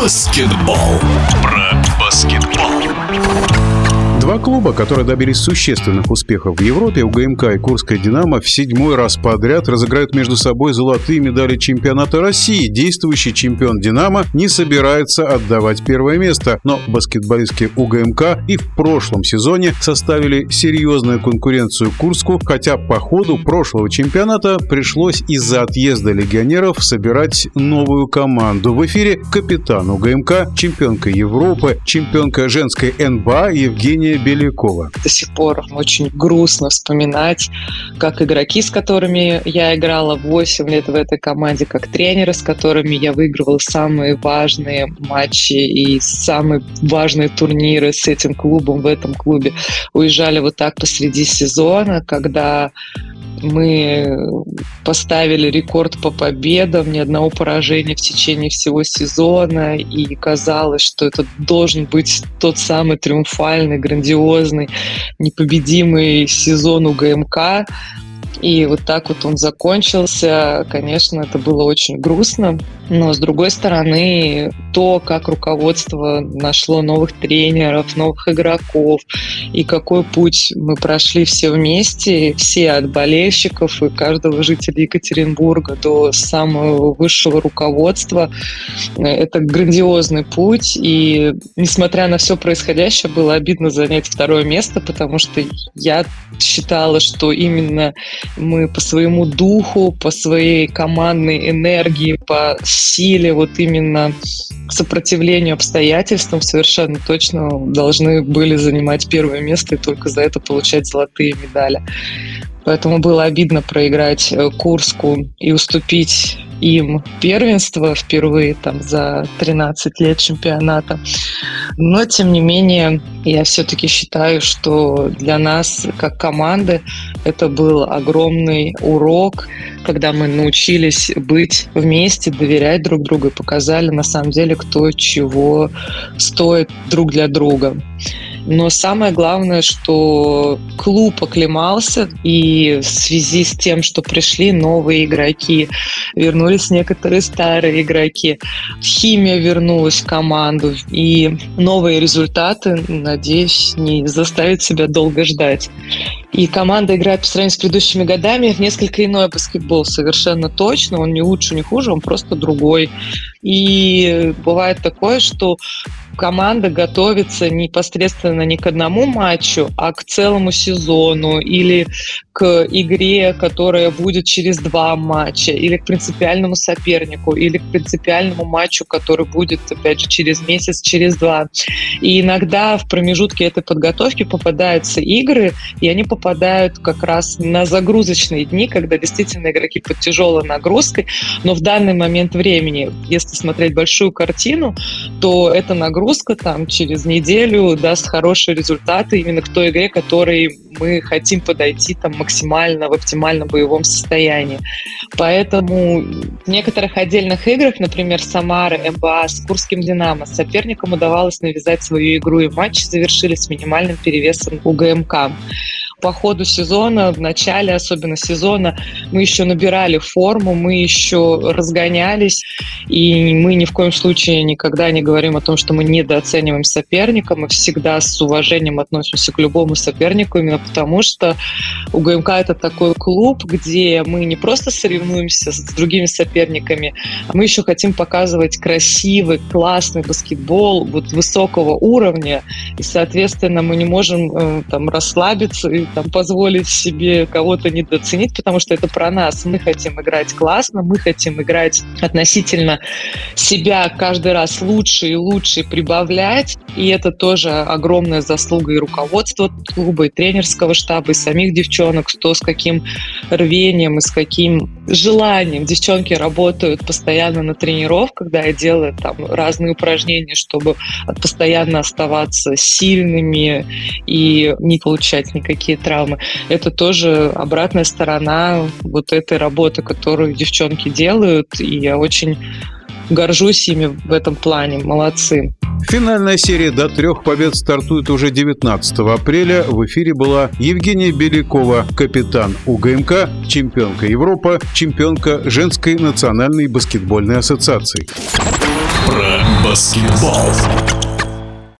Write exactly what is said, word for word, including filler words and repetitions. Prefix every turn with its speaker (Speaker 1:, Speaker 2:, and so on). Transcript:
Speaker 1: Баскетбол. Про баскетбол.
Speaker 2: Два клуба, которые добились существенных успехов в Европе, УГМК и Курская «Динамо», в седьмой раз подряд разыграют между собой золотые медали чемпионата России. Действующий чемпион «Динамо» не собирается отдавать первое место, но баскетболистки УГМК и в прошлом сезоне составили серьезную конкуренцию Курску, хотя по ходу прошлого чемпионата пришлось из-за отъезда легионеров собирать новую команду. В эфире капитан УГМК, чемпионка Европы, чемпионка женской эн бэ а Евгения Белякова.
Speaker 3: До сих пор очень грустно вспоминать, как игроки, с которыми я играла восемь лет в этой команде, как тренеры, с которыми я выигрывала самые важные матчи и самые важные турниры с этим клубом в этом клубе, уезжали вот так посреди сезона, когда мы поставили рекорд по победам, ни одного поражения в течение всего сезона, и казалось, что это должен быть тот самый триумфальный, грандиозный, непобедимый сезон УГМК. И вот так вот он закончился. Конечно, это было очень грустно, но, с другой стороны, то, как руководство нашло новых тренеров, новых игроков, и какой путь мы прошли все вместе, все от болельщиков и каждого жителя Екатеринбурга до самого высшего руководства, это грандиозный путь. И, несмотря на все происходящее, было обидно занять второе место, потому что я считала, что именно мы по своему духу, по своей командной энергии, по силе, вот именно сопротивлению обстоятельствам совершенно точно должны были занимать первое место и только за это получать золотые медали. Поэтому было обидно проиграть Курску и уступить им первенство впервые там за тринадцать лет чемпионата. Но, тем не менее, я все-таки считаю, что для нас, как команды, это был огромный урок, когда мы научились быть вместе, доверять друг другу и показали, на самом деле, кто чего стоит друг для друга. Но самое главное, что клуб оклемался, и в связи с тем, что пришли новые игроки, вернулись некоторые старые игроки, химия вернулась в команду, и новые результаты, надеюсь, не заставят себя долго ждать. И команда играет по сравнению с предыдущими годами в несколько иной баскетбол, совершенно точно. Он не лучше, не хуже, он просто другой. И бывает такое, что команда готовится непосредственно не к одному матчу, а к целому сезону или к игре, которая будет через два матча, или к принципиальному сопернику, или к принципиальному матчу, который будет, опять же, через месяц, через два. И иногда в промежутке этой подготовки попадаются игры, и они попадают как раз на загрузочные дни, когда действительно игроки под тяжелой нагрузкой, но в данный момент времени, если смотреть большую картину, то эта нагрузка там через неделю даст хорошие результаты именно к той игре, к которой мы хотим подойти там максимально в оптимальном боевом состоянии. Поэтому в некоторых отдельных играх, например, Самара, эн бэ а с Курским «Динамо», соперникам удавалось навязать свою игру, и матчи завершились с минимальным перевесом УГМК. По ходу сезона, в начале особенно сезона, мы еще набирали форму, мы еще разгонялись, и мы ни в коем случае никогда не говорим о том, что мы недооцениваем соперника, мы всегда с уважением относимся к любому сопернику, именно потому что УГМК — это такой клуб, где мы не просто соревнуемся с другими соперниками, а мы еще хотим показывать красивый, классный баскетбол вот высокого уровня, и, соответственно, мы не можем э, там расслабиться и там, позволить себе кого-то недооценить, потому что это про нас. Мы хотим играть классно, мы хотим играть относительно себя каждый раз лучше и лучше прибавлять. И это тоже огромная заслуга и руководства клуба, и тренерского штаба, и самих девчонок, то, с каким рвением и с каким желанием девчонки работают постоянно на тренировках, да, и делают там разные упражнения, чтобы постоянно оставаться сильными и не получать никакие травмы. Это тоже обратная сторона вот этой работы, которую девчонки делают, и я очень горжусь ими в этом плане. Молодцы.
Speaker 2: Финальная серия до трех побед стартует уже девятнадцатого апреля. В эфире была Евгения Белякова, капитан УГМК, чемпионка Европы, чемпионка женской национальной баскетбольной ассоциации.
Speaker 1: Про Баскетбол.